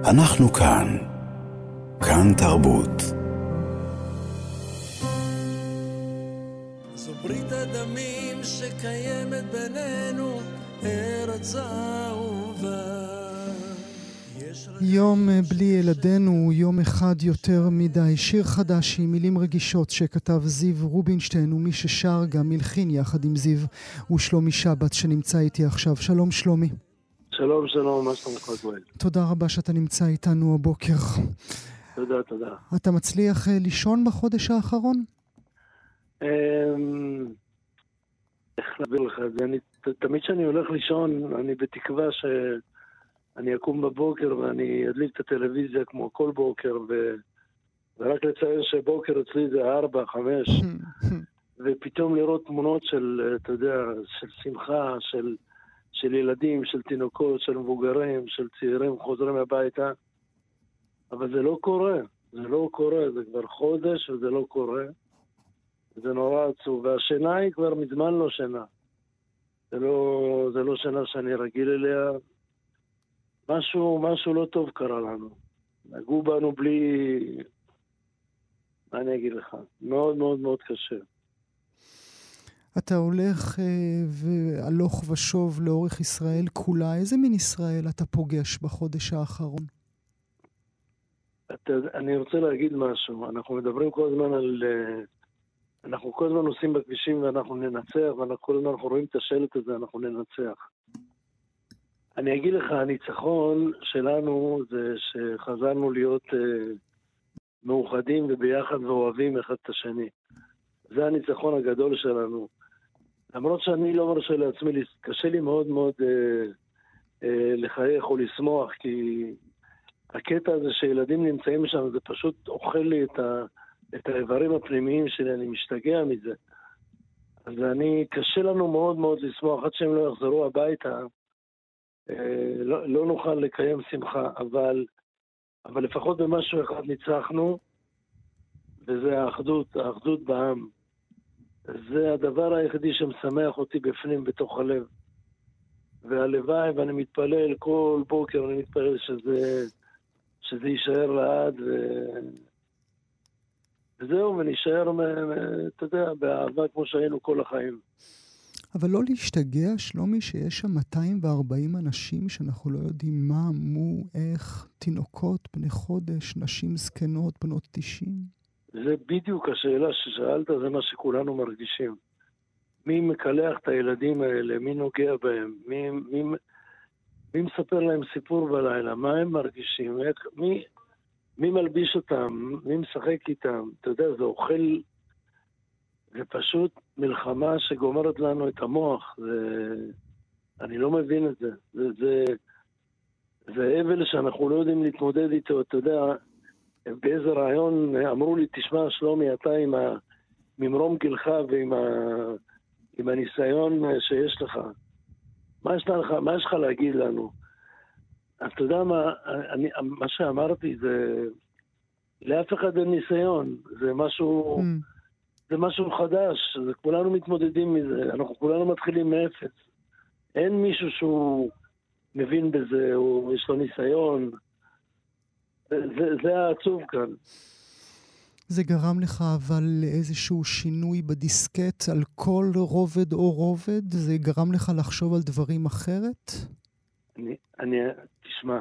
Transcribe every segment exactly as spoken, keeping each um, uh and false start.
אנחנו כאן. כאן תרבות. זו ברית הדמים שקיימת בינינו, ארץ אהובה. יום בלי ילדינו הוא יום אחד יותר מדי. שיר חדש עם מילים רגישות שכתב זיו רובינשטיין, ומי ששר גם מלחין יחד עם זיו הוא שלומי שבת שנמצא איתי עכשיו. שלום שלומי. שלום שלום, מה שלומך גואל? תודה רבה שאתה נמצא איתנו הבוקר. תודה, תודה. אתה מצליח לישון בחודש האחרון? איך להביא לך את זה? תמיד כשאני הולך לישון, אני בתקווה שאני אקום בבוקר ואני אדליק את הטלוויזיה כמו כל בוקר, ורק לציין שבוקר אצלי זה ארבע, חמש, ופתאום לראות תמונות של, אתה יודע, של שמחה, של, של ילדים, של תינוקות, של מבוגרים, של צעירים חוזרים הביתה, אבל זה לא קורה, זה לא קורה, זה כבר חודש וזה לא קורה. זה נורא עצוב, והשינה היא כבר מזמן לא שינה. זה לא, זה לא שינה שאני רגיל אליה. משהו, משהו לא טוב קרה לנו. נגעו בנו בלי... מה אני אגיד לך? מאוד מאוד מאוד קשה. אתה הולך אה, והלוך ושוב לאורך ישראל כולה. איזה מין ישראל אתה פוגש בחודש האחרון? אתה, אני רוצה להגיד משהו. אנחנו מדברים כל הזמן על... אנחנו כל הזמן נוסעים בכבישים ואנחנו ננצח, ואנחנו כל הזמן אנחנו רואים את השלט הזה, אנחנו ננצח. אני אגיד לך, הניצחון שלנו זה שחזרנו להיות אה, מאוחדים וביחד ואוהבים אחד את השני. זה הניצחון הגדול שלנו. למרות שאני לא מרשה לעצמי, קשה לי מאוד מאוד אה, אה, לחייך או לשמוח, כי הקטע הזה שילדים נמצאים שם, זה פשוט אוכל לי את ה... את האיברים הפנימיים שלי, אני משתגע מזה. אז אני, קשה לנו מאוד מאוד לשמוח, עד שהם לא יחזרו הביתה, אה, לא, לא נוכל לקיים שמחה, אבל, אבל לפחות במשהו אחד ניצחנו, וזה האחדות, האחדות בעם. זה הדבר היחידי שמשמח אותי בפנים, בתוך הלב. והלוואי, ואני מתפלל כל בוקר, אני מתפלל שזה, שזה יישאר לעד, ו... וזהו, ונשאר, אתה יודע, באהבה כמו שהיינו כל החיים. אבל לא להשתגע, שלומי, שיש שם מאתיים וארבעים אנשים שאנחנו לא יודעים מה, מו, איך, תינוקות, בני חודש, נשים זקנות, בנות תשעים. זה בדיוק השאלה ששאלת, זה מה שכולנו מרגישים. מי מקלח את הילדים האלה, מי נוגע בהם, מי, מי, מי מספר להם סיפור בלילה, מה הם מרגישים, איך, מי... מי מלביש אותם, מי משחק איתם, אתה יודע, זה אוכל, זה פשוט מלחמה שגומרת לנו את המוח, זה, אני לא מבין את זה, זה, זה, זה אבל שאנחנו לא יודעים להתמודד איתו, אתה יודע, באיזה רעיון אמרו לי, תשמע שלומי, אתה עם ממרום גילך ועם ה, עם הניסיון שיש לך, מה יש לך, מה יש לך להגיד לנו? אתה יודע מה, אני, מה שאמרתי זה, לאף אחד אין ניסיון, זה משהו, mm. זה משהו חדש, זה, כולנו מתמודדים מזה, אנחנו כולנו מתחילים מאפס. אין מישהו שהוא מבין בזה, או יש לו ניסיון, זה, זה, זה העצוב כאן. זה גרם לך אבל לאיזשהו שינוי בדיסקט על כל רובד או רובד? זה גרם לך לחשוב על דברים אחרת? אני, אני, תשמע,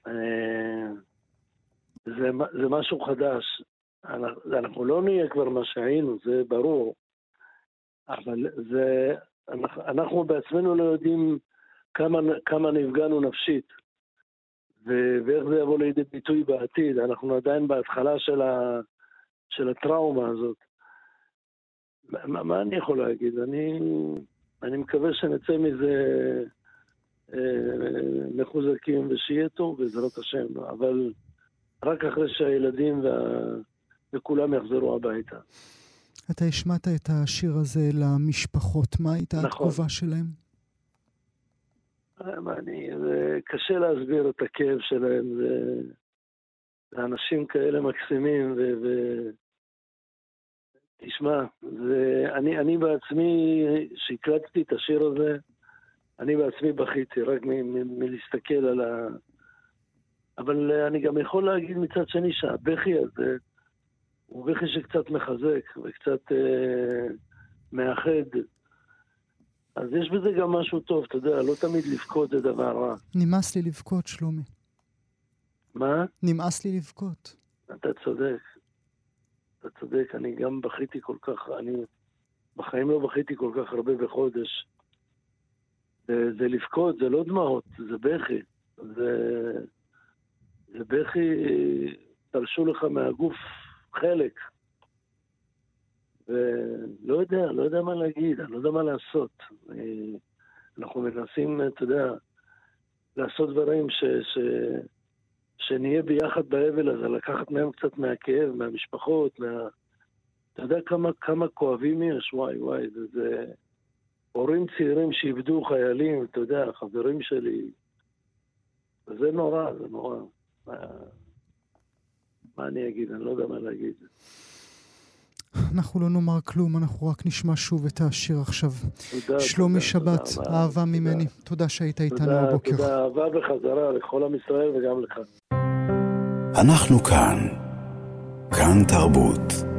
זה, זה משהו חדש. אנחנו, אנחנו לא נהיה כבר מה שהיינו, זה ברור. אבל זה, אנחנו, אנחנו בעצמנו לא יודעים כמה, כמה נפגענו נפשית. ו, ואיך זה יבוא לידי ביטוי בעתיד. אנחנו עדיין בהתחלה של, ה, של הטראומה הזאת. מה, מה אני יכול להגיד? אני, אני מקווה שנצא מזה... מחוזקים ושיהיה טוב בעזרת השם, אבל רק אחרי שהילדים וה... וכולם יחזרו הביתה. אתה השמעת את השיר הזה למשפחות, מה הייתה נכון. התגובה שלהם? אני, זה קשה להסביר את הכאב שלהם, זה, זה אנשים כאלה מקסימים, ו... ו... תשמע, זה... אני, אני בעצמי שהקלטתי את השיר הזה, אני בעצמי בכיתי, רק מ- מ- מלהסתכל על, ה- אבל אני גם יכול להגיד מצד שני שהבכי הזה הוא בכי שקצת מחזק וקצת אה, מאחד. אז יש בזה גם משהו טוב, אתה יודע, לא תמיד לבכות זה דבר רע. נמאס לי לבכות, שלומי. מה? נמאס לי לבכות. אתה צודק. אתה צודק, אני גם בכיתי כל כך, אני בחיים לא בכיתי כל כך הרבה בחודש. זה, זה לבכות, זה לא דמעות, זה בכי. זה, זה בכי, תרשו לך מהגוף חלק. ולא יודע, לא יודע מה להגיד, אני לא יודע מה לעשות. אנחנו מנסים, אתה יודע, לעשות דברים ש, ש, שנהיה ביחד באבל הזה, לקחת מהם קצת מהכאב, מהמשפחות, מה... אתה יודע כמה, כמה כואבים יש? וואי, וואי, זה, זה... הורים צעירים שאיבדו חיילים, אתה יודע, חברים שלי. זה נורא, זה נורא. מה, מה אני אגיד? אני לא יודע מה להגיד. אנחנו לא נאמר כלום, אנחנו רק נשמע שוב את השיר עכשיו. תודה, שלומי תודה, שבת, תודה, אהבה תודה. ממני. תודה שהיית איתנו תודה, הבוקר. תודה, אהבה וחזרה לכל עם ישראל וגם לך. אנחנו כאן. כאן תרבות.